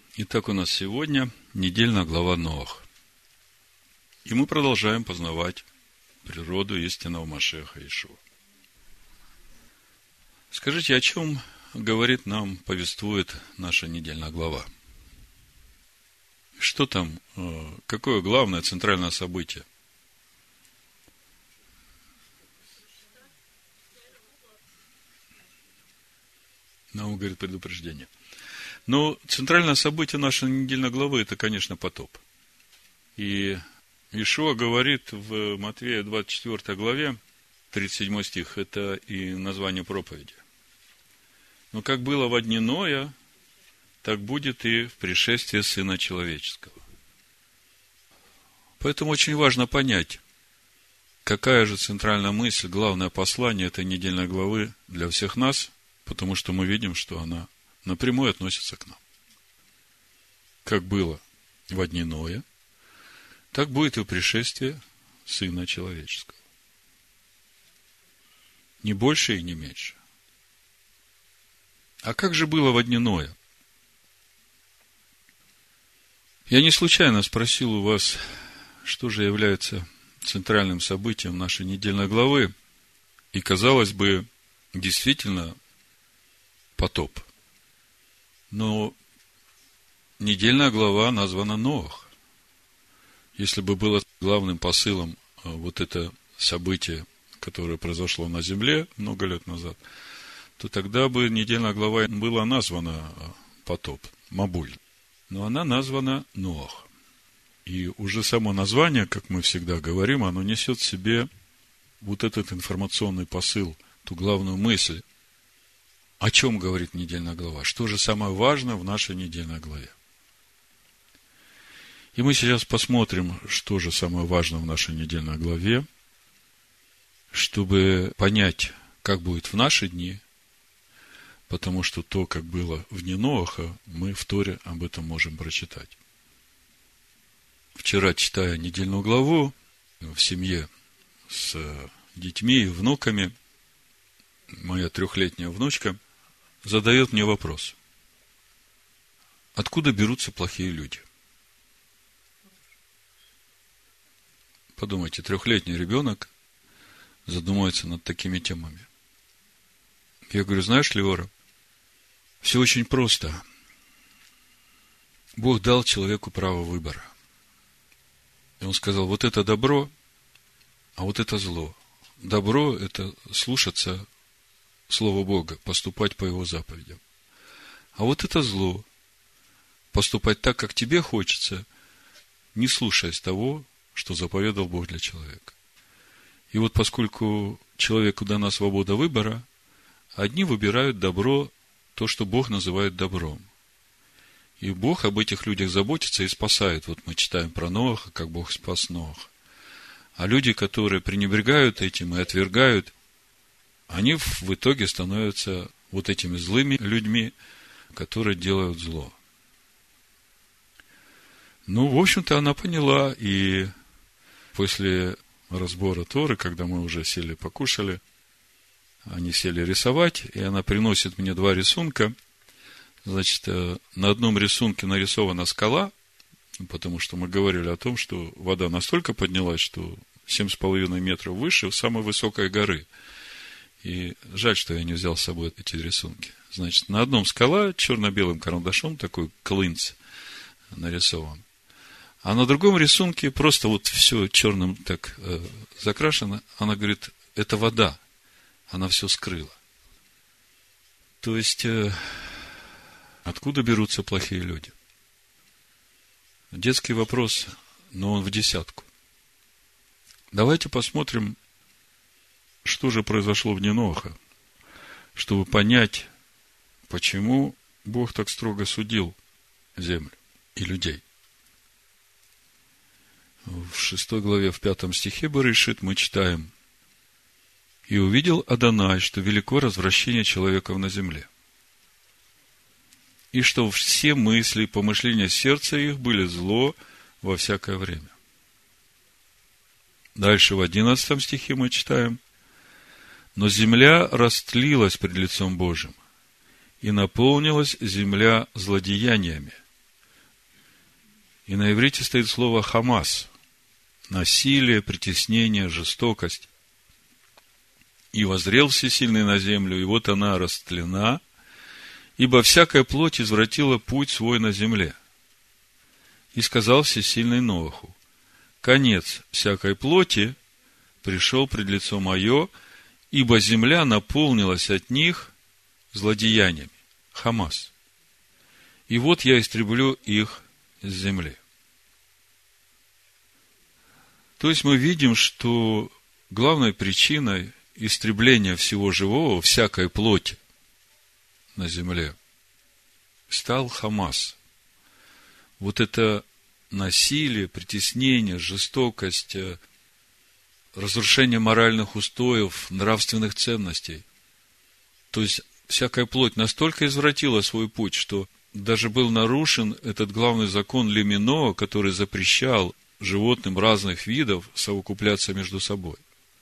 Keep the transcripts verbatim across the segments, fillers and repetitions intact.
Итак, у нас сегодня недельная глава Ноах. И мы продолжаем познавать природу истинного Машиаха Иешуа. Скажите, о чем говорит нам, повествует наша недельная глава? Что там, какое главное центральное событие? Нам говорит предупреждение. Но центральное событие нашей недельной главы – это, конечно, потоп. И Иешуа говорит в Матфея двадцать четвёртой главе, тридцать седьмой стих, это и название проповеди. Но как было во дни Ноя, так будет и в пришествии Сына Человеческого. Поэтому очень важно понять, какая же центральная мысль, главное послание этой недельной главы для всех нас, потому что мы видим, что она напрямую относится к нам. Как было во дни Ноя, так будет и в пришествии Сына Человеческого. Не больше и не меньше. А как же было во дни Ноя? Я не случайно спросил у вас, что же является центральным событием нашей недельной главы, и, казалось бы, действительно потоп. Но недельная глава названа Ноах. Если бы было главным посылом вот это событие, которое произошло на земле много лет назад, то тогда бы недельная глава была названа потоп, Мабуль. Но она названа Ноах. И уже само название, как мы всегда говорим, оно несет в себе вот этот информационный посыл, ту главную мысль. О чем говорит недельная глава? Что же самое важное в нашей недельной главе? И мы сейчас посмотрим, что же самое важное в нашей недельной главе, чтобы понять, как будет в наши дни, потому что то, как было в дни Ноаха, мы в Торе об этом можем прочитать. Вчера, читая недельную главу в семье с детьми и внуками, моя трехлетняя внучка задает мне вопрос: откуда берутся плохие люди? Подумайте, трехлетний ребенок задумывается над такими темами. Я говорю: знаешь, Леора, все очень просто. Бог дал человеку право выбора. И он сказал: вот это добро, а вот это зло. Добро – это слушаться Слова Бога, поступать по Его заповедям. А вот это зло – поступать так, как тебе хочется, не слушаясь того, что заповедал Бог для человека. И вот поскольку человеку дана свобода выбора, одни выбирают добро, то, что Бог называет добром. И Бог об этих людях заботится и спасает. Вот мы читаем про Ноаха, как Бог спас Ноаха. А люди, которые пренебрегают этим и отвергают, они в итоге становятся вот этими злыми людьми, которые делают зло. Ну, в общем-то, она поняла, и после разбора Торы, когда мы уже сели покушали, они сели рисовать, и она приносит мне два рисунка. Значит, на одном рисунке нарисована скала, потому что мы говорили о том, что вода настолько поднялась, что семь с половиной метров выше самой высокой горы. И жаль, что я не взял с собой эти рисунки. Значит, на одном скала черно-белым карандашом, такой клинц нарисован. А на другом рисунке просто вот все черным так э, закрашено. Она говорит: это вода. Она все скрыла. То есть, э, откуда берутся плохие люди? Детский вопрос, но он в десятку. Давайте посмотрим, что же произошло в дни Ноаха, чтобы понять, почему Бог так строго судил землю и людей. В шестой главе, в пятом стихе Берешит мы читаем: «И увидел Адонай, что велико развращение человеков на земле, и что все мысли и помышления сердца их были зло во всякое время». Дальше в одиннадцатом стихе мы читаем: «Но земля растлилась пред лицом Божьим, и наполнилась земля злодеяниями, И на иврите стоит слово хамас. Насилие, притеснение, жестокость. И воззрел всесильный на землю, и вот она растлена, ибо всякая плоть извратила путь свой на земле. И сказал всесильный Ноаху: конец всякой плоти пришел пред лицо мое, ибо земля наполнилась от них злодеяниями. Хамас. И вот я истреблю их с земли. То есть мы видим, что главной причиной истребления всего живого, всякой плоти на земле, стал Хамас. Вот это насилие, притеснение, жестокость, разрушение моральных устоев, нравственных ценностей. То есть всякая плоть настолько извратила свой путь, что даже был нарушен этот главный закон Лемино, который запрещал животным разных видов совокупляться между собой.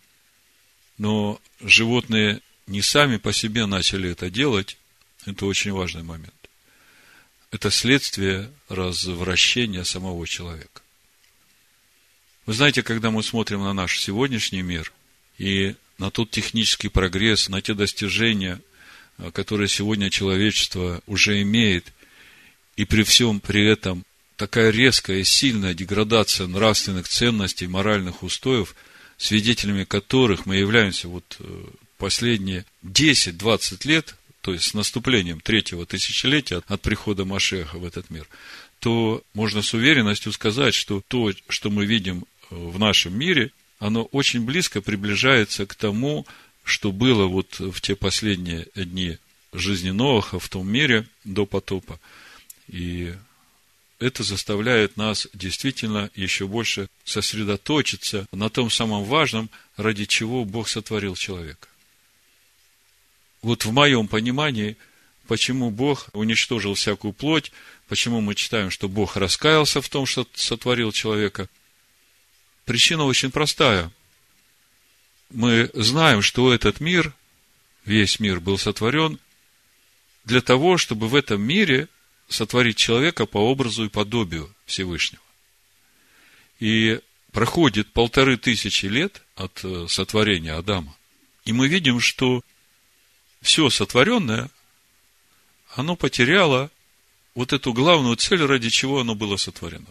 Но животные не сами по себе начали это делать. Это очень важный момент. Это следствие развращения самого человека. Вы знаете, когда мы смотрим на наш сегодняшний мир и на тот технический прогресс, на те достижения, которые сегодня человечество уже имеет, и при всем при этом такая резкая и сильная деградация нравственных ценностей, моральных устоев, свидетелями которых мы являемся вот последние десять-двадцать лет, то есть с наступлением третьего тысячелетия от прихода Машиаха в этот мир, то можно с уверенностью сказать, что то, что мы видим в нашем мире, оно очень близко приближается к тому, что было вот в те последние дни жизни Ноаха в том мире до потопа. И это заставляет нас действительно еще больше сосредоточиться на том самом важном, ради чего Бог сотворил человека. Вот в моем понимании, почему Бог уничтожил всякую плоть, почему мы читаем, что Бог раскаялся в том, что сотворил человека, причина очень простая. Мы знаем, что этот мир, весь мир был сотворен для того, чтобы в этом мире сотворить человека по образу и подобию Всевышнего. И проходит полторы тысячи лет от сотворения Адама. И мы видим, что все сотворенное, оно потеряло вот эту главную цель, ради чего оно было сотворено.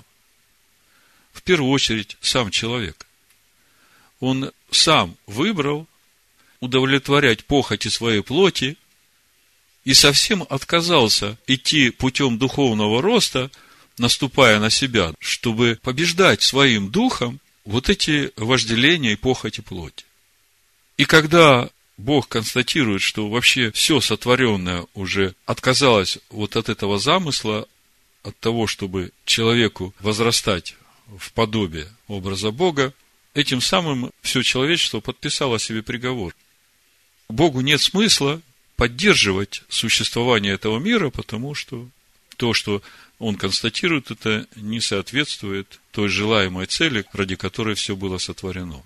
В первую очередь, сам человек. Он сам выбрал удовлетворять похоти своей плоти и совсем отказался идти путем духовного роста, наступая на себя, чтобы побеждать своим духом вот эти вожделения и похоти плоти. И когда Бог констатирует, что вообще все сотворенное уже отказалось вот от этого замысла, от того, чтобы человеку возрастать в подобие образа Бога, этим самым все человечество подписало себе приговор. Богу нет смысла поддерживать существование этого мира, потому что то, что он констатирует, это не соответствует той желаемой цели, ради которой все было сотворено.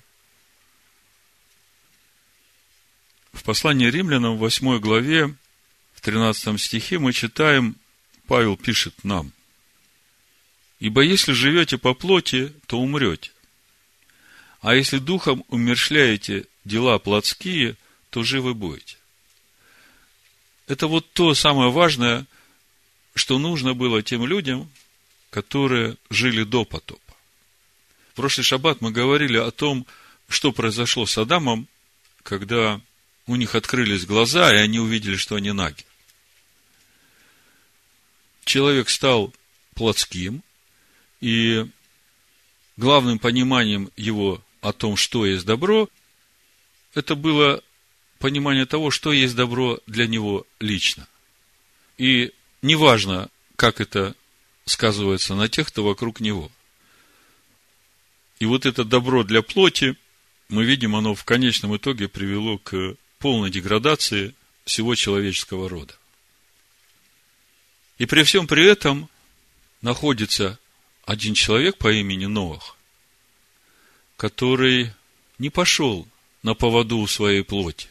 В послании Римлянам, в восьмой главе, в тринадцатом стихе мы читаем, Павел пишет нам: «Ибо если живете по плоти, то умрете. А если духом умерщвляете дела плотские, то живы будете». Это вот то самое важное, что нужно было тем людям, которые жили до потопа. В прошлый шаббат мы говорили о том, что произошло с Адамом, когда у них открылись глаза, и они увидели, что они наги. Человек стал плотским, и главным пониманием его о том, что есть добро, это было понимание того, что есть добро для него лично. И неважно, как это сказывается на тех, кто вокруг него. И вот это добро для плоти, мы видим, оно в конечном итоге привело к полной деградации всего человеческого рода. И при всем при этом находится один человек по имени Ноах, который не пошел на поводу у своей плоти.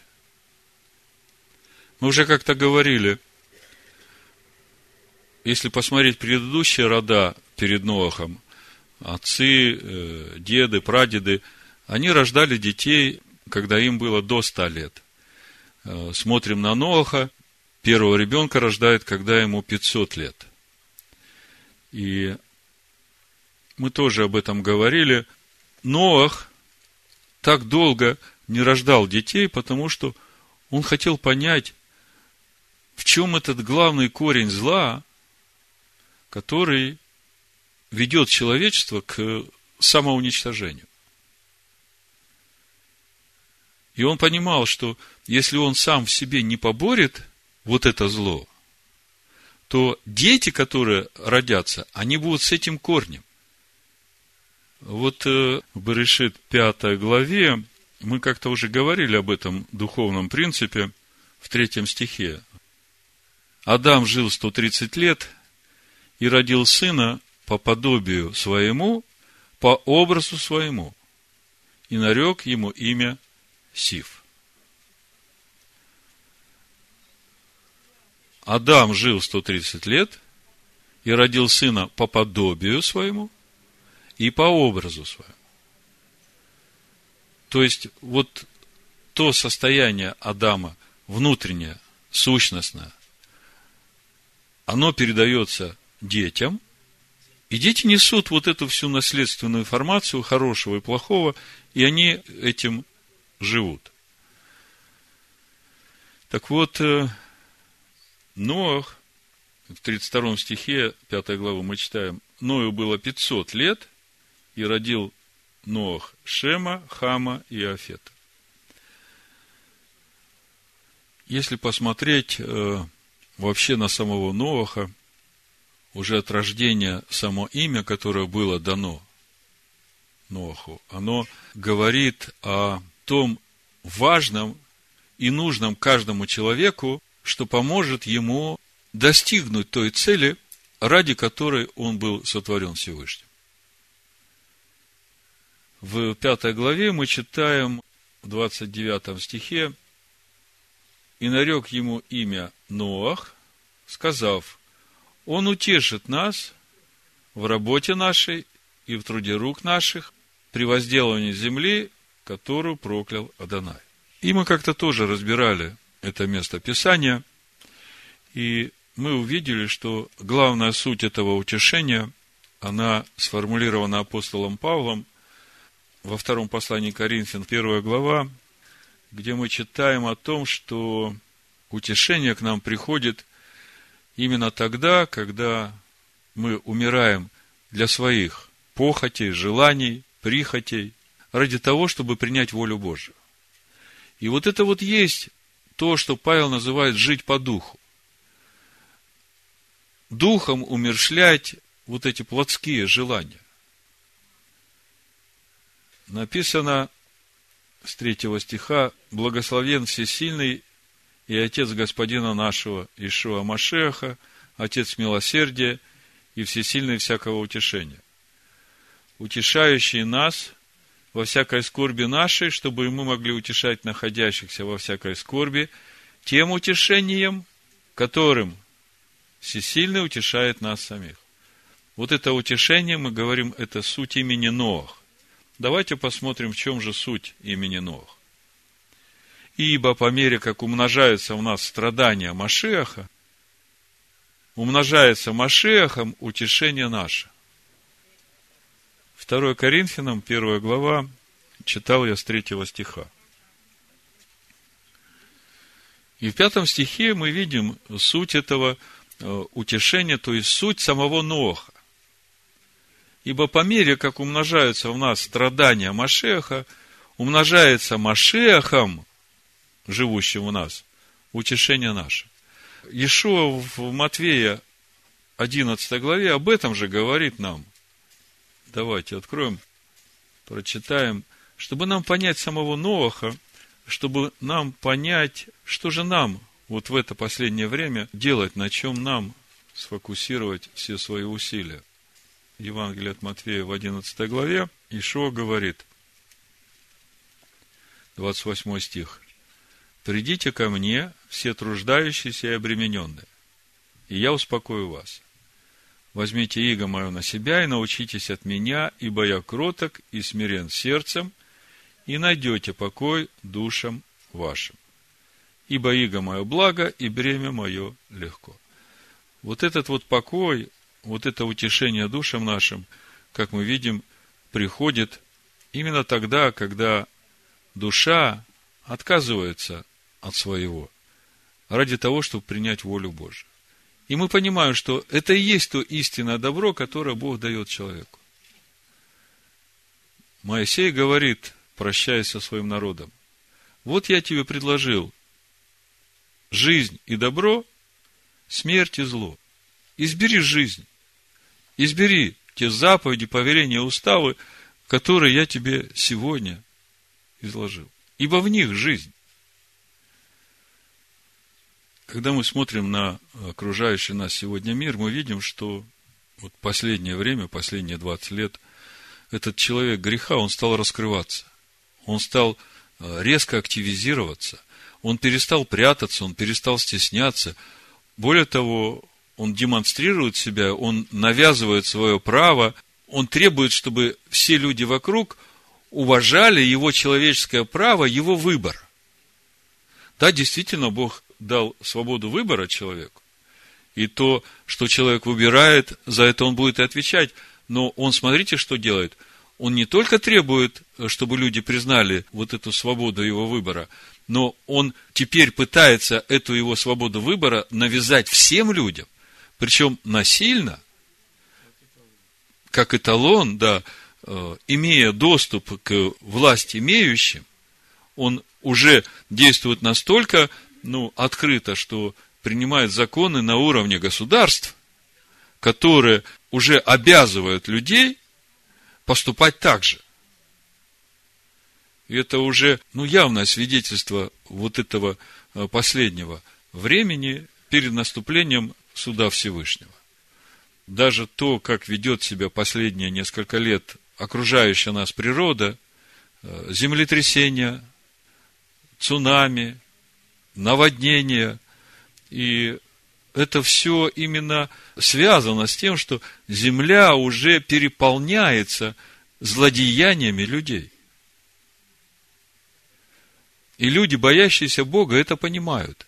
Мы уже как-то говорили, если посмотреть предыдущие рода перед Ноахом, отцы, деды, прадеды, они рождали детей, когда им было до ста лет. Смотрим на Ноаха, первого ребенка рождает, когда ему пятьсот лет. И мы тоже об этом говорили. Ноах так долго не рождал детей, потому что он хотел понять, в чем этот главный корень зла, который ведет человечество к самоуничтожению. И он понимал, что если он сам в себе не поборет вот это зло, то дети, которые родятся, они будут с этим корнем. Вот в Берешит пятой главе мы как-то уже говорили об этом духовном принципе в третьем стихе. Адам жил сто тридцать лет и родил сына по подобию своему, по образу своему, и нарек ему имя Сиф. Адам жил сто тридцать лет и родил сына по подобию своему и по образу своему. То есть, вот то состояние Адама, внутреннее, сущностное, оно передается детям, и дети несут вот эту всю наследственную информацию хорошего и плохого, и они этим живут. Так вот, Ноах, в тридцать втором стихе пятой главы мы читаем, Ною было пятьсот лет, и родил Ноах Шема, Хама и Иафета. Если посмотреть э, вообще на самого Ноаха, уже от рождения само имя, которое было дано Ноаху, оно говорит о том важном и нужном каждому человеку, что поможет ему достигнуть той цели, ради которой он был сотворен Всевышним. В пятой главе мы читаем в двадцать девятом стихе: «И нарек ему имя Ноах, сказав: он утешит нас в работе нашей и в труде рук наших, при возделывании земли, которую проклял Адонай». И мы как-то тоже разбирали это место Писания, и мы увидели, что главная суть этого утешения, она сформулирована апостолом Павлом во втором послании Коринфян, первая глава, где мы читаем о том, что утешение к нам приходит именно тогда, когда мы умираем для своих похотей, желаний, прихотей, ради того, чтобы принять волю Божию. И вот это вот есть то, что Павел называет жить по духу. Духом умерщвлять вот эти плотские желания. Написано с третьего стиха: «Благословен Всесильный и Отец Господина нашего Иешуа Машеха, Отец милосердия и Всесильный всякого утешения, утешающий нас во всякой скорби нашей, чтобы и мы могли утешать находящихся во всякой скорби тем утешением, которым Всесильный утешает нас самих». Вот это утешение, мы говорим, это суть имени Ноах. Давайте посмотрим, в чем же суть имени Ноах. «Ибо по мере, как умножаются у нас страдания Машиаха, умножается Машиахом утешение наше». второе Коринфянам, первая глава, читал я с третьего стиха. И в пятом стихе мы видим суть этого утешения, то есть суть самого Ноаха. «Ибо по мере, как умножаются в нас страдания Машиаха, умножается Машиахом, живущим в нас, утешение наше». Иешуа в Матвея одиннадцатой главе об этом же говорит нам. Давайте откроем, прочитаем, чтобы нам понять самого Ноаха, чтобы нам понять, что же нам вот в это последнее время делать, на чем нам сфокусировать все свои усилия. Евангелие от Матфея в одиннадцатой главе Иешуа говорит, двадцать восьмой стих: «Придите ко мне, все труждающиеся и обремененные, и я успокою вас. Возьмите иго мое на себя и научитесь от меня, ибо я кроток и смирен сердцем, и найдете покой душам вашим. Ибо иго мое благо, и бремя мое легко. Вот этот вот покой, вот это утешение душам нашим, как мы видим, приходит именно тогда, когда душа отказывается от своего, ради того, чтобы принять волю Божию. И мы понимаем, что это и есть то истинное добро, которое Бог дает человеку. Моисей говорит, прощаясь со своим народом: вот я тебе предложил жизнь и добро, смерть и зло. Избери жизнь. Избери те заповеди, повеления, уставы, которые я тебе сегодня изложил. Ибо в них жизнь. Когда мы смотрим на окружающий нас сегодня мир, мы видим, что вот последнее время, последние двадцать лет, этот человек греха, он стал раскрываться. Он стал резко активизироваться. Он перестал прятаться, он перестал стесняться. Более того, он демонстрирует себя, он навязывает свое право, он требует, чтобы все люди вокруг уважали его человеческое право, его выбор. Да, действительно, Бог дал свободу выбора человеку. И то, что человек выбирает, за это он будет и отвечать. Но он, смотрите, что делает. Он не только требует, чтобы люди признали вот эту свободу его выбора, но он теперь пытается эту его свободу выбора навязать всем людям. Причем насильно, как эталон, да, имея доступ к власть имеющим, он уже действует настолько, ну, открыто, что принимает законы на уровне государств, которые уже обязывают людей поступать так же. И это уже, ну, явное свидетельство вот этого последнего времени перед наступлением суда Всевышнего. Даже то, как ведет себя последние несколько лет окружающая нас природа, землетрясения, цунами, наводнения, и это все именно связано с тем, что земля уже переполняется злодеяниями людей. И люди, боящиеся Бога, это понимают.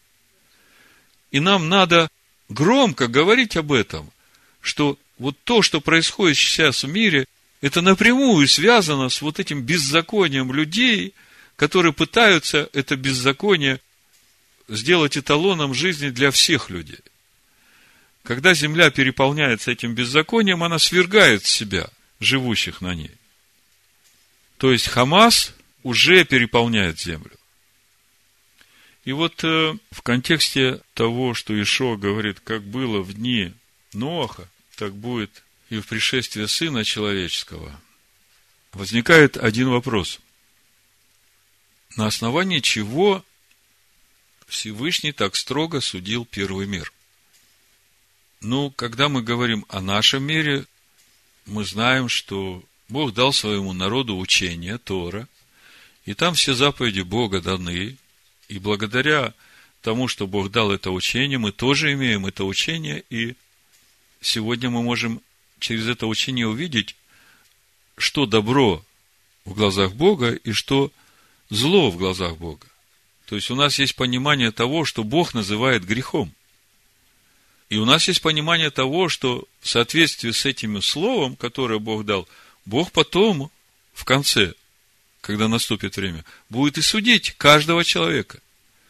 И нам надо громко говорить об этом, что вот то, что происходит сейчас в мире, это напрямую связано с вот этим беззаконием людей, которые пытаются это беззаконие сделать эталоном жизни для всех людей. Когда земля переполняется этим беззаконием, она свергает с себя живущих на ней. То есть Хамас уже переполняет землю. И вот э, в контексте того, что Ишуа говорит, как было в дни Ноаха, так будет и в пришествии Сына Человеческого, возникает один вопрос. На основании чего Всевышний так строго судил первый мир? Ну, когда мы говорим о нашем мире, мы знаем, что Бог дал своему народу учение, Тора, и там все заповеди Бога даны, и благодаря тому, что Бог дал это учение, мы тоже имеем это учение, и сегодня мы можем через это учение увидеть, что добро в глазах Бога и что зло в глазах Бога. То есть у нас есть понимание того, что Бог называет грехом. И у нас есть понимание того, что в соответствии с этим словом, которое Бог дал, Бог потом, в конце, когда наступит время, будет и судить каждого человека.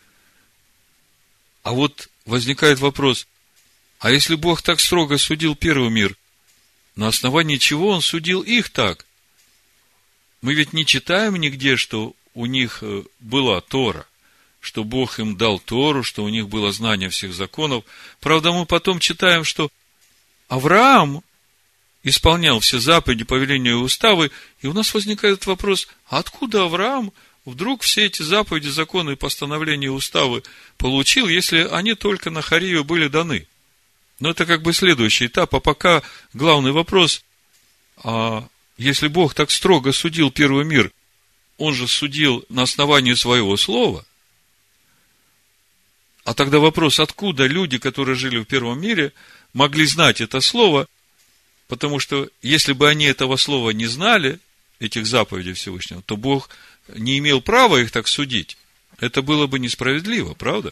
А вот возникает вопрос, а если Бог так строго судил первый мир, на основании чего Он судил их так? Мы ведь не читаем нигде, что у них была Тора, что Бог им дал Тору, что у них было знание всех законов. Правда, мы потом читаем, что Авраам исполнял все заповеди, повеления и уставы, и у нас возникает вопрос, а откуда Авраам вдруг все эти заповеди, законы, постановления и уставы получил, если они только на Харию были даны? Но это как бы следующий этап, а пока главный вопрос, а если Бог так строго судил первый мир, Он же судил на основании своего слова. А тогда вопрос, откуда люди, которые жили в первом мире, могли знать это слово, потому что если бы они этого слова не знали, этих заповедей Всевышнего, то Бог не имел права их так судить. Это было бы несправедливо, правда?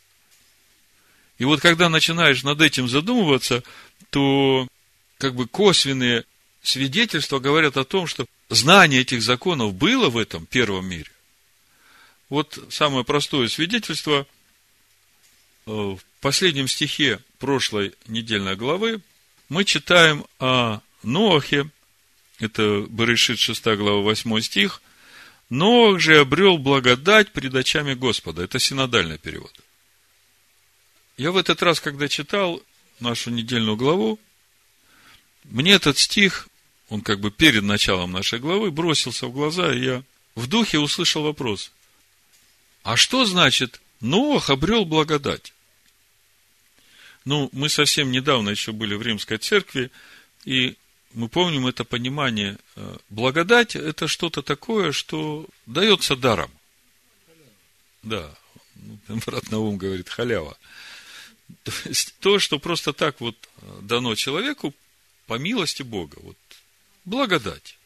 И вот когда начинаешь над этим задумываться, то как бы косвенные свидетельства говорят о том, что знание этих законов было в этом первом мире. Вот самое простое свидетельство в последнем стихе прошлой недельной главы мы читаем о Ноахе, это Берешит шестая глава, восьмой стих. Ноах же обрел благодать пред очами Господа. Это синодальный перевод. Я в этот раз, когда читал нашу недельную главу, мне этот стих, он как бы перед началом нашей главы, бросился в глаза, и я в духе услышал вопрос. А что значит Ноах обрел благодать? Ну, мы совсем недавно еще были в Римской церкви, и мы помним это понимание. Благодать – это что-то такое, что дается даром. Да, брат Наум говорит, халява. То есть, то, что просто так вот дано человеку по милости Бога. Вот, благодать.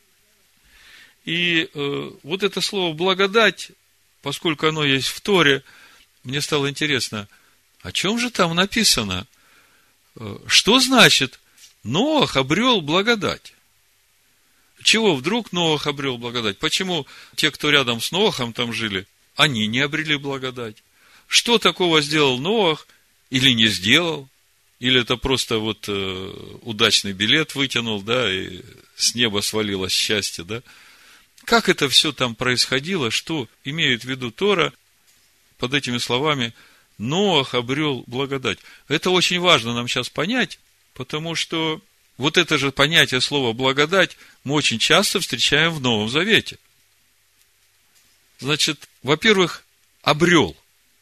И э, вот это слово благодать, поскольку оно есть в Торе, мне стало интересно, о чем же там написано? Что значит Ноах обрел благодать? Чего вдруг Ноах обрел благодать? Почему те, кто рядом с Ноахом там жили, они не обрели благодать? Что такого сделал Ноах или не сделал? Или это просто вот э, удачный билет вытянул, да, и с неба свалилось счастье, да? Как это все там происходило? Что имеет в виду Тора под этими словами Ноах обрел благодать? Это очень важно нам сейчас понять, потому что вот это же понятие слова благодать мы очень часто встречаем в Новом Завете. Значит, во-первых, обрел.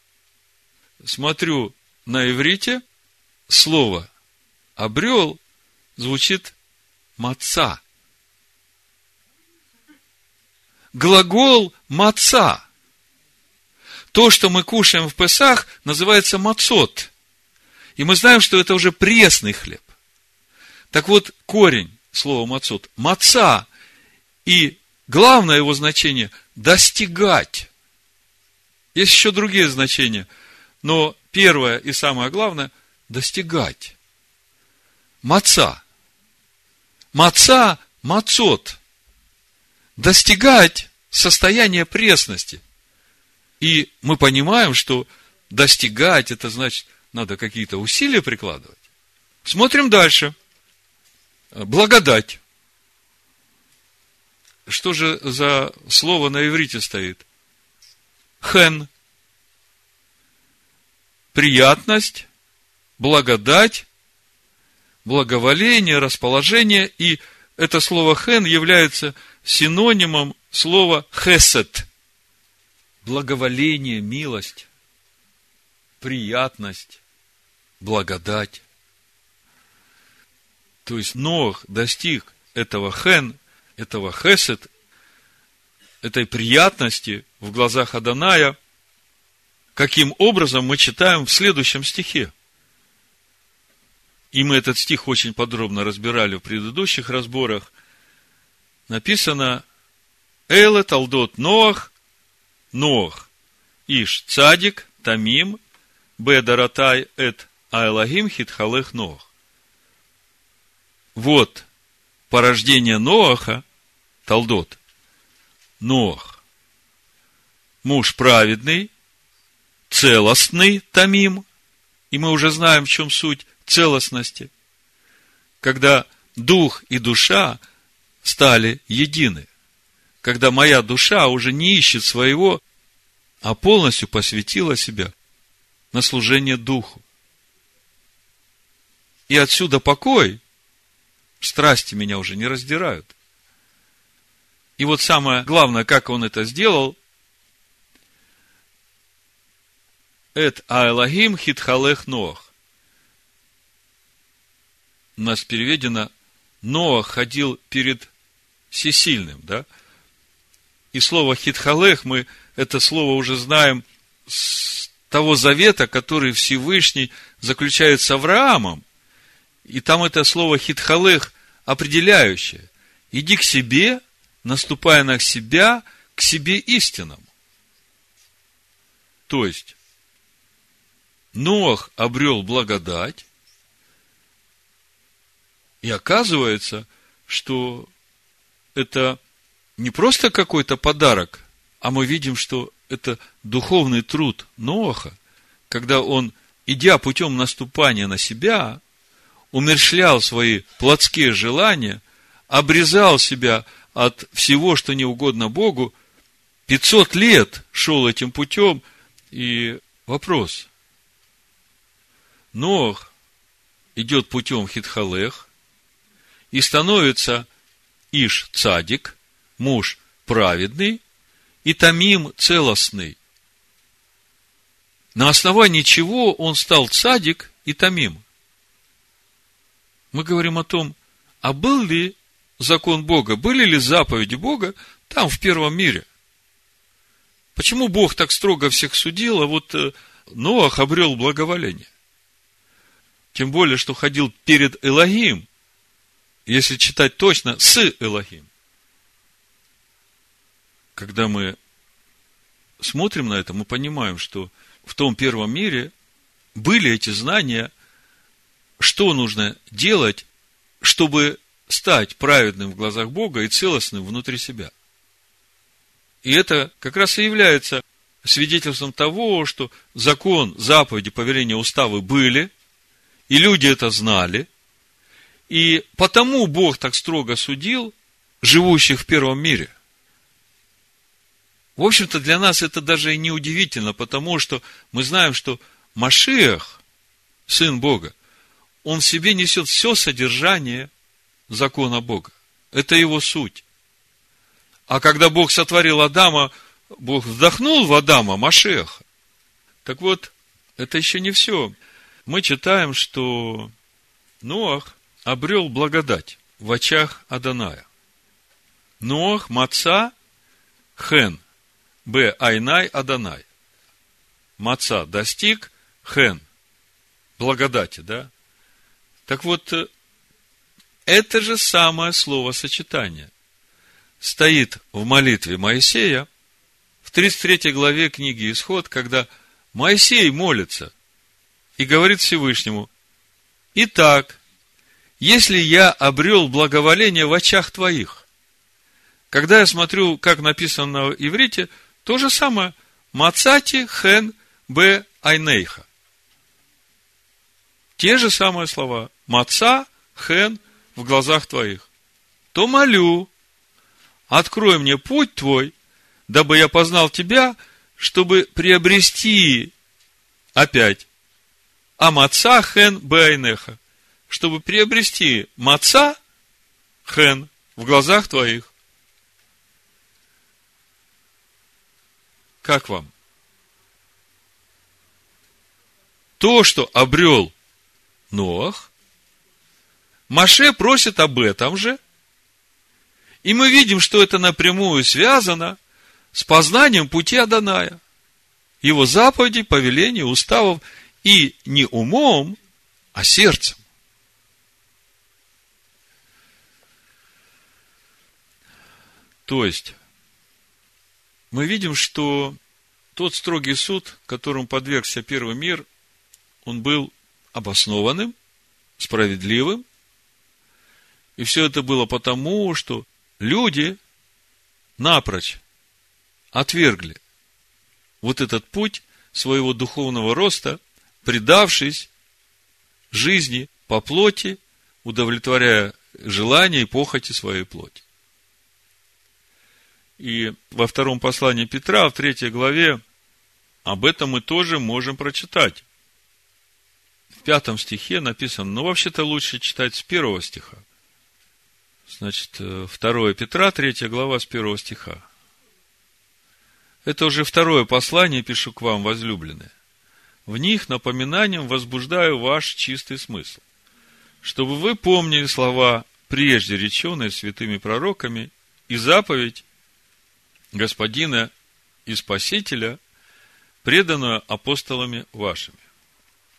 Смотрю на иврите, слово обрел звучит маца. Глагол маца. То, что мы кушаем в Песах, называется мацот. И мы знаем, что это уже пресный хлеб. Так вот, корень слова мацот – маца. И главное его значение – достигать. Есть еще другие значения. Но первое и самое главное – достигать. Маца. Маца – мацот. Достигать состояния пресности. И мы понимаем, что достигать – это значит, надо какие-то усилия прикладывать. Смотрим дальше. Благодать. Что же за слово на иврите стоит? Хен. Приятность, благодать, благоволение, расположение. И это слово хен является синонимом слова хесед. Благоволение, милость, приятность, благодать. То есть Ноах достиг этого хен, этого хесед, этой приятности в глазах Адоная. Каким образом мы читаем в следующем стихе? И мы этот стих очень подробно разбирали в предыдущих разборах. Написано: Эле талдот Ноах, Ноах, Иш цадик, Тамим, Бе даратай эт Аэлагим хитхалех Ноах. Вот порождение Ноаха, талдот, Ноах, муж праведный, целостный, Тамим, и мы уже знаем, в чем суть целостности, когда дух и душа стали едины, когда моя душа уже не ищет своего, а полностью посвятила себя на служение духу. И отсюда покой, страсти меня уже не раздирают. И вот самое главное, как он это сделал, Эт Аэлагим хитхалех Ноах. У нас переведено: Ноах ходил перед всесильным, да? И слово хитхалех, мы это слово уже знаем с того завета, который Всевышний заключает с Авраамом. И там это слово хитхалех определяющее. Иди к себе, наступая на себя, к себе истинному. То есть, Ноах обрел благодать, и оказывается, что это не просто какой-то подарок, а мы видим, что это духовный труд Ноаха, когда он, идя путем наступания на себя, умерщвлял свои плотские желания, обрезал себя от всего, что не угодно Богу, пятьсот лет шел этим путем. И вопрос: Ноах идет путем хитхалех и становится иш цадик, муж праведный, и тамим целостный. На основании чего он стал цадик и тамим? Мы говорим о том, а был ли закон Бога, были ли заповеди Бога там, в первом мире? Почему Бог так строго всех судил, а вот Ноах обрел благоволение? Тем более, что ходил перед Элохим, если читать точно, с Элохим. Когда мы смотрим на это, мы понимаем, что в том первом мире были эти знания, что нужно делать, чтобы стать праведным в глазах Бога и целостным внутри себя. И это как раз и является свидетельством того, что закон, заповеди, повеления, уставы были, и люди это знали, и потому Бог так строго судил живущих в первом мире. В общем-то, для нас это даже и не удивительно, потому что мы знаем, что Машиах, Сын Бога, он в себе несет все содержание закона Бога. Это его суть. А когда Бог сотворил Адама, Бог вдохнул в Адама Машиаха. Так вот, это еще не все. Мы читаем, что Ноах обрел благодать в очах Адоная. Ноах маца хен б айнай Адонай. Маца достиг, хен благодати, да? Так вот, это же самое словосочетание стоит в молитве Моисея в тридцать третьей главе книги Исход, когда Моисей молится и говорит Всевышнему: «Итак, если я обрел благоволение в очах твоих». Когда я смотрю, как написано на иврите, то же самое. Мацати хен б айнейха. Те же самые слова. Маца хен в глазах твоих. То молю: открой мне путь твой, дабы я познал тебя, чтобы приобрести опять. А маца хен б айнеха. Чтобы приобрести маца хен в глазах твоих. Как вам? То, что обрел Ноах, Моше просит об этом же, и мы видим, что это напрямую связано с познанием пути Адоная, его заповедей, повелений, уставов, и не умом, а сердцем. То есть, мы видим, что тот строгий суд, которому подвергся первый мир, он был обоснованным, справедливым. И все это было потому, что люди напрочь отвергли вот этот путь своего духовного роста, предавшись жизни по плоти, удовлетворяя желания и похоти своей плоти. И во втором послании Петра, в третьей главе, об этом мы тоже можем прочитать. В пятом стихе написано, ну, вообще-то лучше читать с первого стиха. Значит, второе Петра, третья глава, с первого стиха. Это уже второе послание пишу к вам, возлюбленные. В них напоминанием возбуждаю ваш чистый смысл, чтобы вы помнили слова, прежде реченные святыми пророками, и заповедь Господина и Спасителя, преданную апостолами вашими.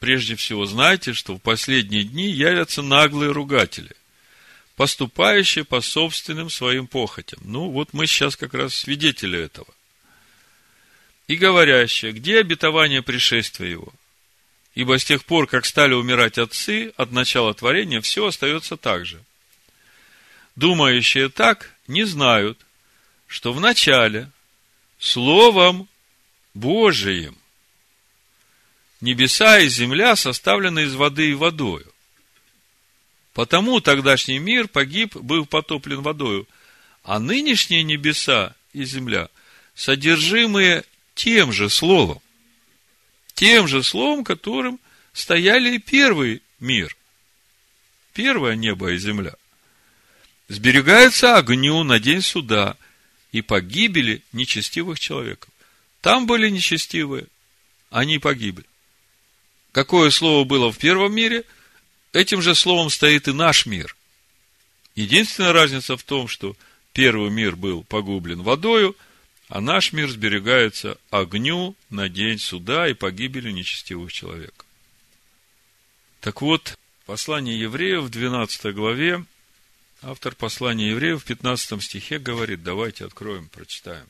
прежде всего знайте, что в последние дни явятся наглые ругатели, поступающие по собственным своим похотям. Ну, вот мы сейчас как раз свидетели этого. И говорящие, где обетование пришествия его? Ибо с тех пор, как стали умирать отцы, от начала творения все остается так же. Думающие так не знают, что в начале Словом Божиим небеса и земля составлены из воды и водою. Потому тогдашний мир погиб, был потоплен водою, а нынешние небеса и земля содержимые тем же словом, тем же словом, которым стояли и первый мир, первое небо и земля, сберегаются огню на день суда и погибели нечестивых человеков. Там были нечестивые, они погибли. Какое слово было в первом мире, этим же словом стоит и наш мир. Единственная разница в том, что первый мир был погублен водою, а наш мир сберегается огню на день суда и погибели нечестивых человеков. Так вот, послание евреев в двенадцатой главе, автор послания евреев в пятнадцатом стихе говорит, давайте откроем, прочитаем.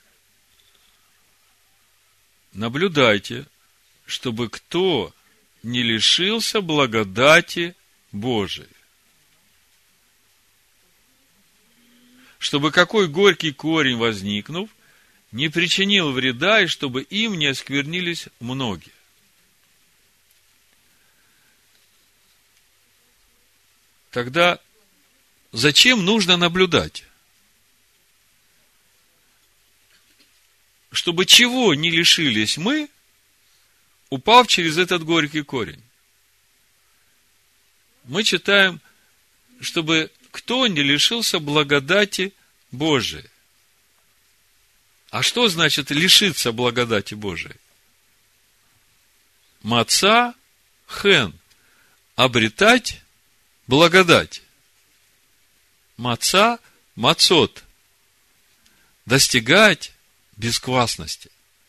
Наблюдайте, чтобы кто не лишился благодати Божией. Чтобы какой горький корень, возникнув, не причинил вреда, и чтобы им не осквернились многие. Тогда зачем нужно наблюдать? Чтобы чего не лишились мы, упав через этот горький корень. Мы читаем, чтобы кто не лишился благодати Божией. А что значит лишиться благодати Божией? Маца хен. Обретать благодать. Маца мацот. Достигать бесквасности.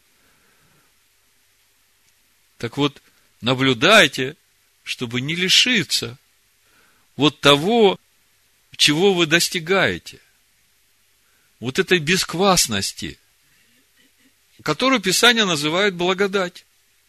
Так вот, наблюдайте, чтобы не лишиться вот того, чего вы достигаете. Вот этой бесквасности, которую Писание называет благодать.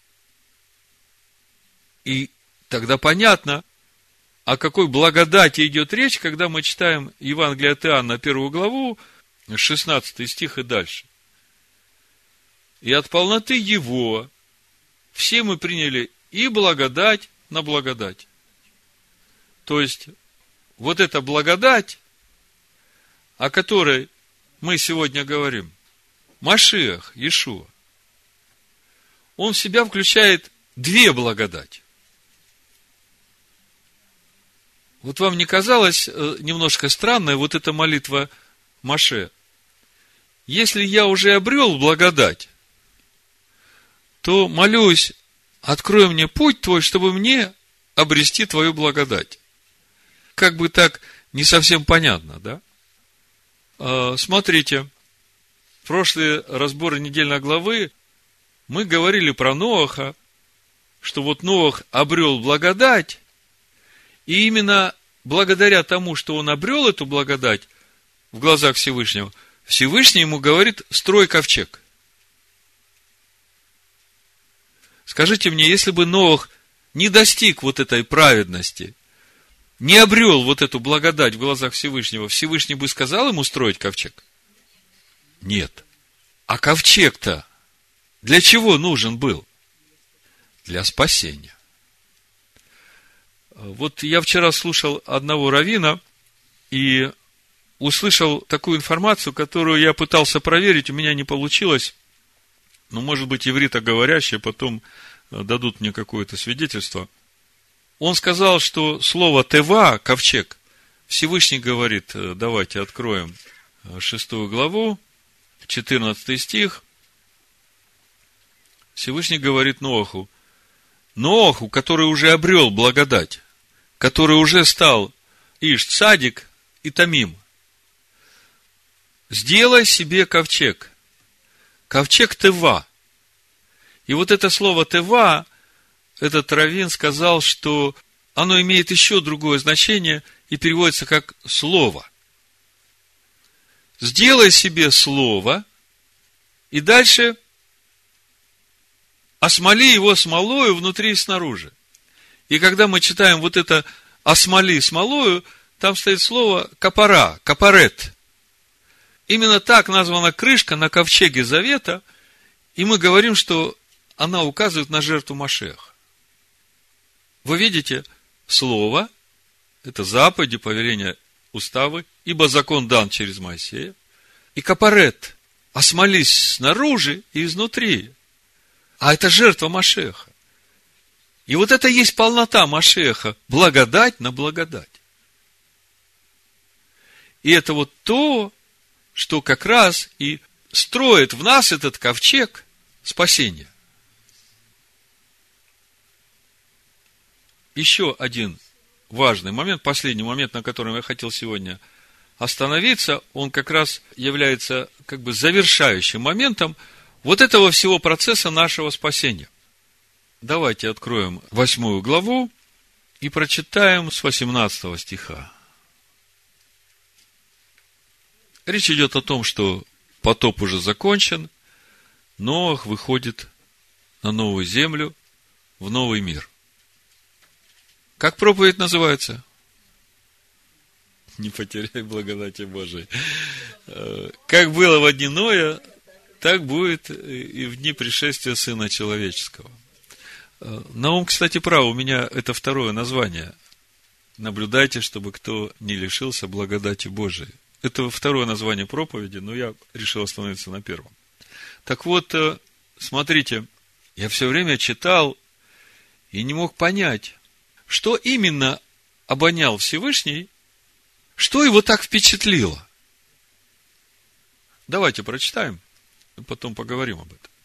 И тогда понятно, о какой благодати идет речь, когда мы читаем Евангелие от Иоанна, первую главу, шестнадцатый стих и дальше. И от полноты Его все мы приняли и благодать на благодать. То есть, вот эта благодать, о которой мы сегодня говорим, Машиах, Иешуа, он в себя включает две благодати. Вот вам не казалось немножко странной вот эта молитва Моше? Если я уже обрел благодать, то молюсь, открой мне путь твой, чтобы мне обрести твою благодать. Как бы так не совсем понятно, да? А, смотрите, в прошлые разборы недельной главы мы говорили про Ноаха, что вот Ноах обрел благодать, и именно благодаря тому, что он обрел эту благодать в глазах Всевышнего, Всевышний ему говорит: строй ковчег. Скажите мне, если бы Ноах не достиг вот этой праведности, не обрел вот эту благодать в глазах Всевышнего, Всевышний бы сказал ему строить ковчег? Нет. А ковчег-то для чего нужен был? Для спасения. Вот я вчера слушал одного раввина и услышал такую информацию, которую я пытался проверить, у меня не получилось. Но, может быть, ивритоговорящие потом дадут мне какое-то свидетельство. Он сказал, что слово «тева», ковчег, Всевышний говорит, давайте откроем шестую главу, четырнадцатый стих. Всевышний говорит Ноаху, Ноаху, который уже обрел благодать, который уже стал Иш Цадик и Тамим, сделай себе ковчег. Ковчег Тева. И вот это слово Тева, этот раввин сказал, что оно имеет еще другое значение и переводится как слово. Сделай себе слово, и дальше осмоли его смолою внутри и снаружи. И когда мы читаем вот это осмоли смолою, там стоит слово капара, капарет. Именно так названа крышка на ковчеге завета, и мы говорим, что она указывает на жертву Машиаха. Вы видите, слово – это заповеди, повеления, уставы, ибо закон дан через Моисея. И капарет – осмолись снаружи и изнутри. А это жертва Машиаха. И вот это есть полнота Машиаха, благодать на благодать. И это вот то, что как раз и строит в нас этот ковчег спасения. Еще один важный момент, последний момент, на котором я хотел сегодня остановиться, он как раз является как бы завершающим моментом вот этого всего процесса нашего спасения. Давайте откроем восьмую главу и прочитаем с восемнадцатого стиха. Речь идет о том, что потоп уже закончен, Ноах выходит на новую землю, в новый мир. Как проповедь называется? Не потеряй благодати Божией. Как было в дни Ноя, так будет и в дни пришествия Сына Человеческого. Наум, кстати, прав, у меня это второе название. Наблюдайте, чтобы кто не лишился благодати Божией. Это второе название проповеди, но я решил остановиться на первом. Так вот, смотрите, я все время читал и не мог понять, что именно обонял Всевышний, что его так впечатлило. Давайте прочитаем, потом поговорим об этом.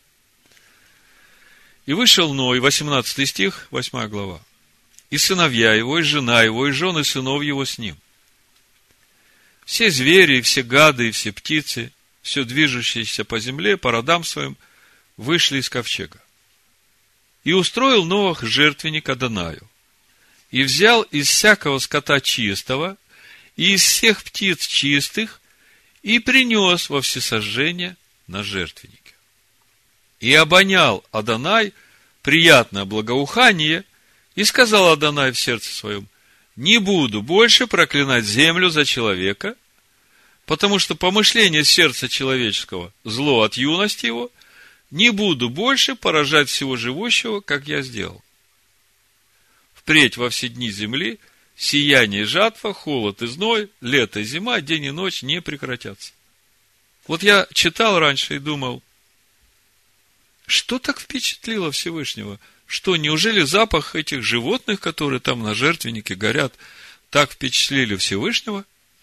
И вышел Ной, восемнадцатый стих, восьмая глава. И сыновья его, и жена его, и жены сынов его с ним. Все звери, и все гады, и все птицы, все движущиеся по земле, по родам своим, вышли из ковчега. И устроил Ноах жертвенник Адонаю. И взял из всякого скота чистого, и из всех птиц чистых, и принес во всесожжение на жертвеннике. И обонял Адонай приятное благоухание, и сказал Адонай в сердце своем: не буду больше проклинать землю за человека, потому что помышление сердца человеческого зло от юности его, не буду больше поражать всего живущего, как я сделал. Впредь во все дни земли сияние и жатва, холод и зной, лето и зима, день и ночь не прекратятся. Вот я читал раньше и думал, что так впечатлило Всевышнего? Что, неужели запах этих животных, которые там на жертвеннике горят, так впечатлили Всевышнего?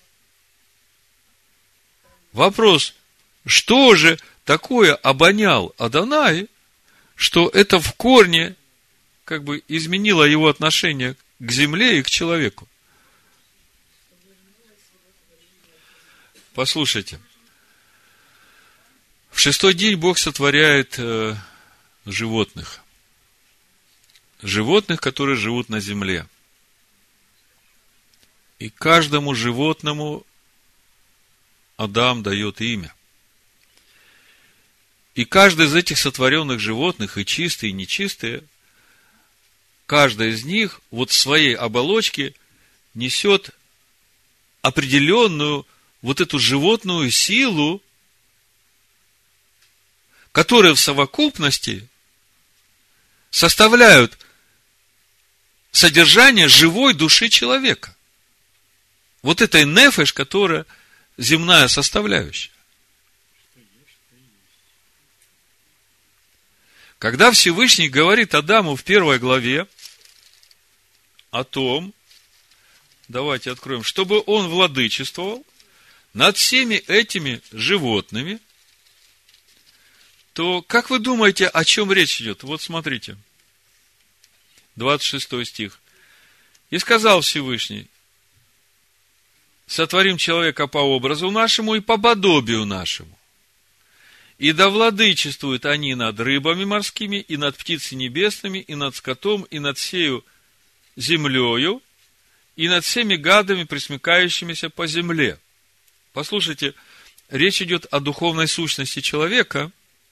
Вопрос, что же такое обонял Адонай, что это в корне как бы изменило его отношение к земле и к человеку? Послушайте. В шестой день Бог сотворяет э, животных. Животных, которые живут на земле. И каждому животному Адам дает имя. И каждый из этих сотворенных животных, и чистые, и нечистые, каждая из них вот в своей оболочке несет определенную вот эту животную силу, которые в совокупности составляют содержание живой души человека. Вот этой нефеш, которая земная составляющая. Когда Всевышний говорит Адаму в первой главе о том, давайте откроем, чтобы он владычествовал над всеми этими животными, то как вы думаете, о чем речь идет? Вот смотрите, двадцать шестой стих. И сказал Всевышний: сотворим человека по образу нашему и по подобию нашему. И да владычествуют они над рыбами морскими, и над птицами небесными, и над скотом, и над всею землею, и над всеми гадами, пресмыкающимися по земле. Послушайте, речь идет о духовной сущности человека,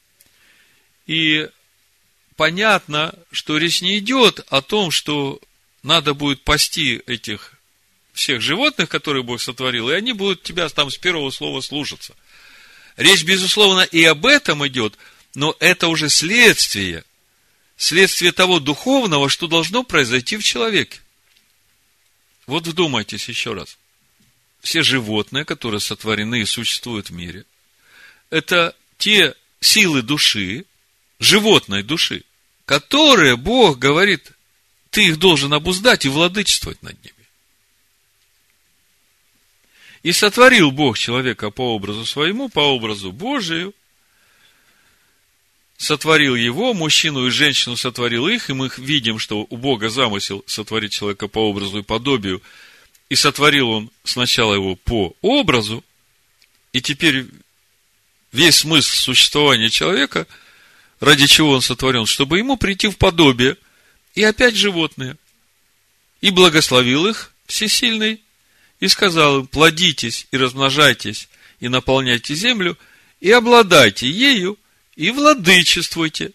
и понятно, что речь не идет о том, что надо будет пасти этих всех животных, которые Бог сотворил, и они будут тебя там с первого слова слушаться. Речь, безусловно, и об этом идет, но это уже следствие, следствие того духовного, что должно произойти в человеке. Вот вдумайтесь еще раз. Все животные, которые сотворены и существуют в мире, это те силы души, животной души, которые Бог говорит, ты их должен обуздать и владычествовать над ними. И сотворил Бог человека по образу своему, по образу Божию. Сотворил его, мужчину и женщину сотворил их, и мы видим, что у Бога замысел сотворить человека по образу и подобию. И сотворил он сначала его по образу, и теперь весь смысл существования человека, ради чего он сотворен, чтобы ему прийти в подобие, и опять животные. И благословил их всесильный, и сказал им: плодитесь и размножайтесь, и наполняйте землю, и обладайте ею, и владычествуйте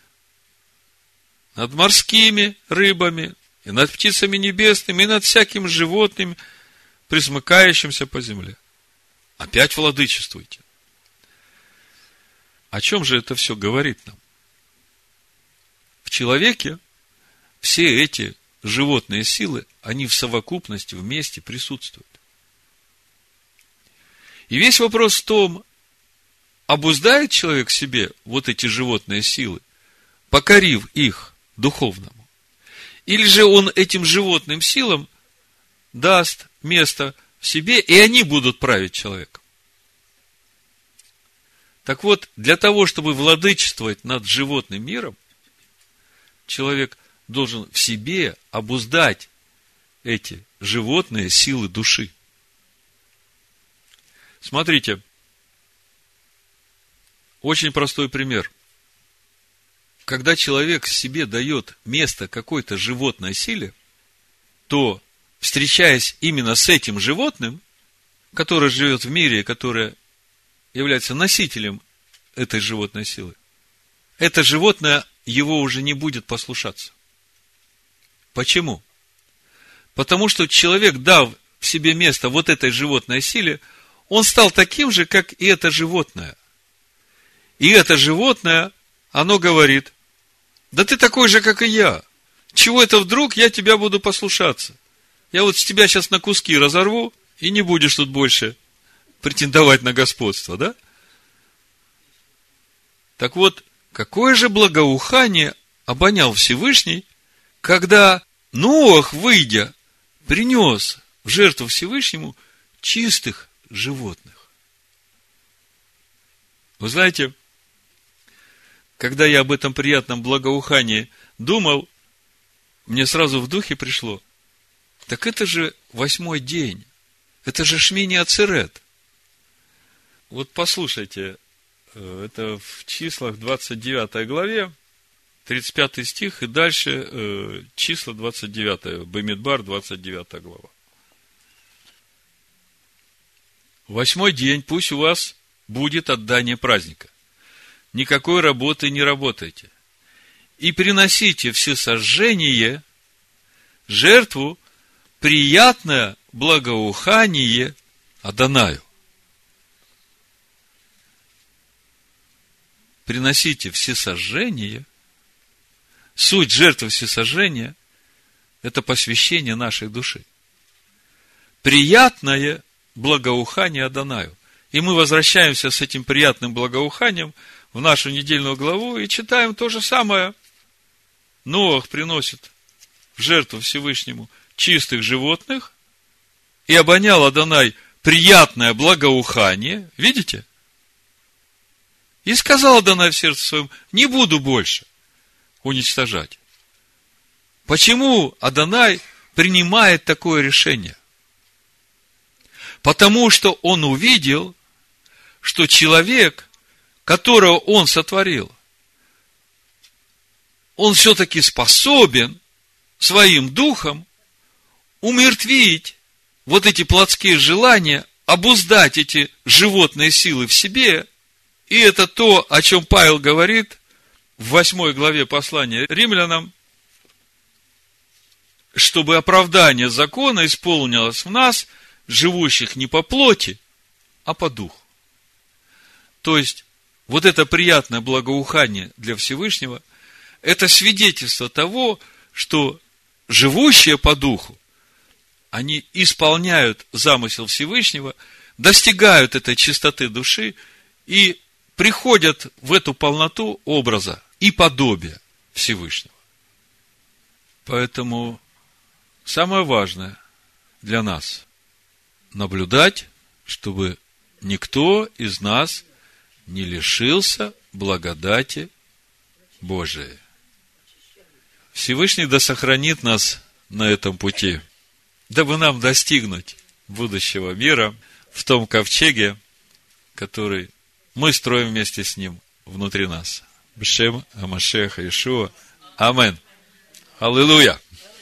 над морскими рыбами, и над птицами небесными, и над всяким животным, пресмыкающимся по земле. Опять владычествуйте. О чем же это все говорит нам? В человеке все эти животные силы, они в совокупности, вместе присутствуют. И весь вопрос в том, обуздает человек в себе вот эти животные силы, покорив их духовному, или же он этим животным силам даст место в себе, и они будут править человеком. Так вот, для того, чтобы владычествовать над животным миром, человек должен в себе обуздать эти животные силы души. Смотрите, очень простой пример. Когда человек себе дает место какой-то животной силе, то, встречаясь именно с этим животным, которое живет в мире, которое является носителем этой животной силы, это животное его уже не будет послушаться. Почему? Потому что человек, дав в себе место вот этой животной силе, он стал таким же, как и это животное. И это животное, оно говорит: да ты такой же, как и я. Чего это вдруг я тебя буду послушаться? Я вот с тебя сейчас на куски разорву, и не будешь тут больше претендовать на господство, да? Так вот, какое же благоухание обонял Всевышний, когда Ноах, выйдя, принес в жертву Всевышнему чистых животных. Вы знаете, когда я об этом приятном благоухании думал, мне сразу в духе пришло: так это же восьмой день, это же Шмини Ацерет. Вот послушайте, это в числах двадцать девятой главе, тридцать пятый стих, и дальше э, числа двадцать девятое, Бамидбар, двадцать девятая глава. Восьмой день пусть у вас будет отдание праздника. Никакой работы не работайте. И приносите всесожжение, жертву, приятное благоухание Адонаю. Приносите всесожжение. Суть жертвы всесожжения – это посвящение нашей души. Приятное благоухание Адонаю. И мы возвращаемся с этим приятным благоуханием в нашу недельную главу и читаем то же самое. Ноах приносит в жертву Всевышнему чистых животных, и обонял Адонай приятное благоухание. Видите? И сказал Адонай в сердце своем: не буду больше уничтожать. Почему Адонай принимает такое решение? Потому что он увидел, что человек, которого Он сотворил, Он все-таки способен своим духом умертвить вот эти плотские желания, обуздать эти животные силы в себе. И это то, о чем Павел говорит в восьмой главе послания Римлянам, чтобы оправдание закона исполнилось в нас, живущих не по плоти, а по духу. То есть, вот это приятное благоухание для Всевышнего, это свидетельство того, что живущие по духу, они исполняют замысел Всевышнего, достигают этой чистоты души и приходят в эту полноту образа и подобия Всевышнего. Поэтому самое важное для нас – наблюдать, чтобы никто из нас не лишился благодати Божией. Всевышний да сохранит нас на этом пути, дабы нам достигнуть будущего мира в том ковчеге, который мы строим вместе с Ним внутри нас. Бшем Амашеха Иешуа. Амен. Аллилуйя.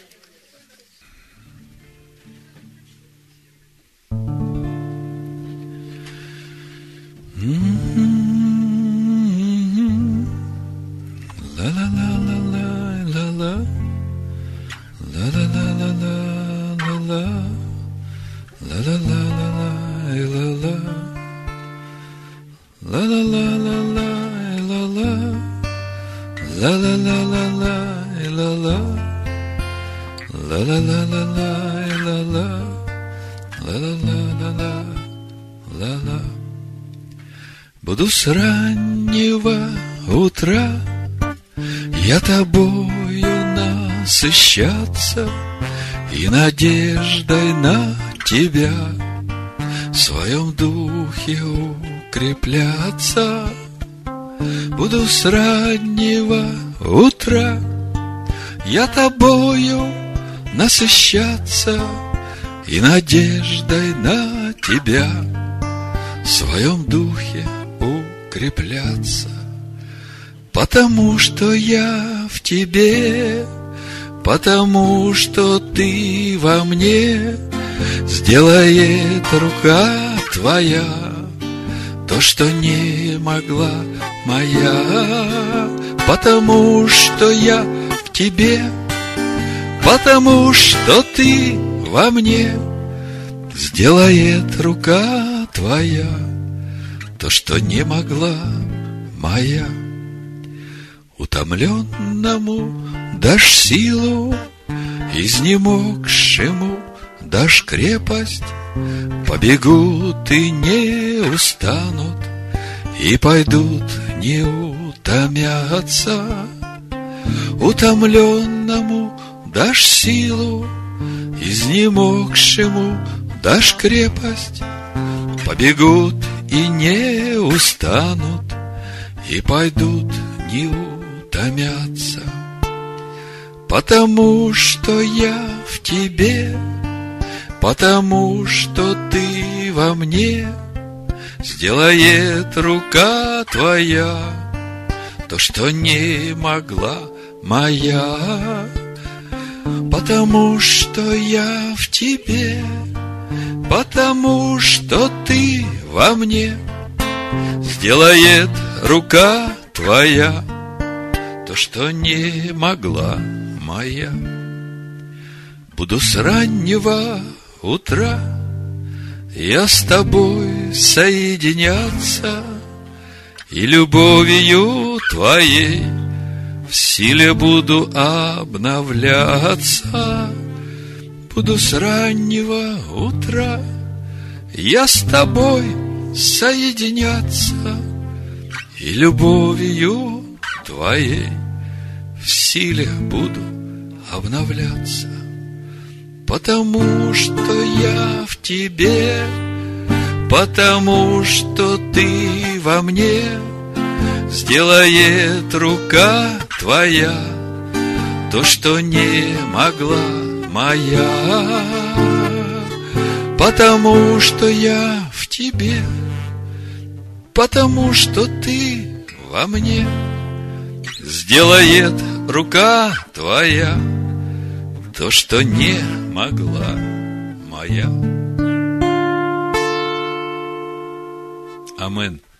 Буду с раннего утра я тобою насыщаться и надеждой на тебя в своем духе укрепляться. Буду с раннего утра я тобою насыщаться и надеждой на тебя в своем духе укрепляться. Потому что я в тебе, потому что ты во мне, сделает рука твоя то, что не могла моя. Потому что я в тебе, потому что ты во мне, сделает рука твоя то, что не могла моя. Утомленному дашь силу, изнемогшему дашь крепость, побегут и не устанут, и пойдут не утомятся. Утомленному дашь силу, изнемогшему дашь крепость, побегут и не устанут, и пойдут не утомятся. Потому что я в тебе, потому что ты во мне, сделает рука твоя то, что не могла моя. Потому что я в тебе, потому что ты во мне, сделает рука твоя то, что не могла моя. Буду с раннего утра я с тобой соединяться, и любовью твоей в силе буду обновляться. Буду с раннего утра я с тобой соединяться, и любовью твоей в силе буду обновляться. Потому что я в тебе, потому что ты во мне, сделает рука твоя то, что не могла моя. Потому что я в тебе, потому что ты во мне. Сделает рука твоя то, что не могла моя. Амен.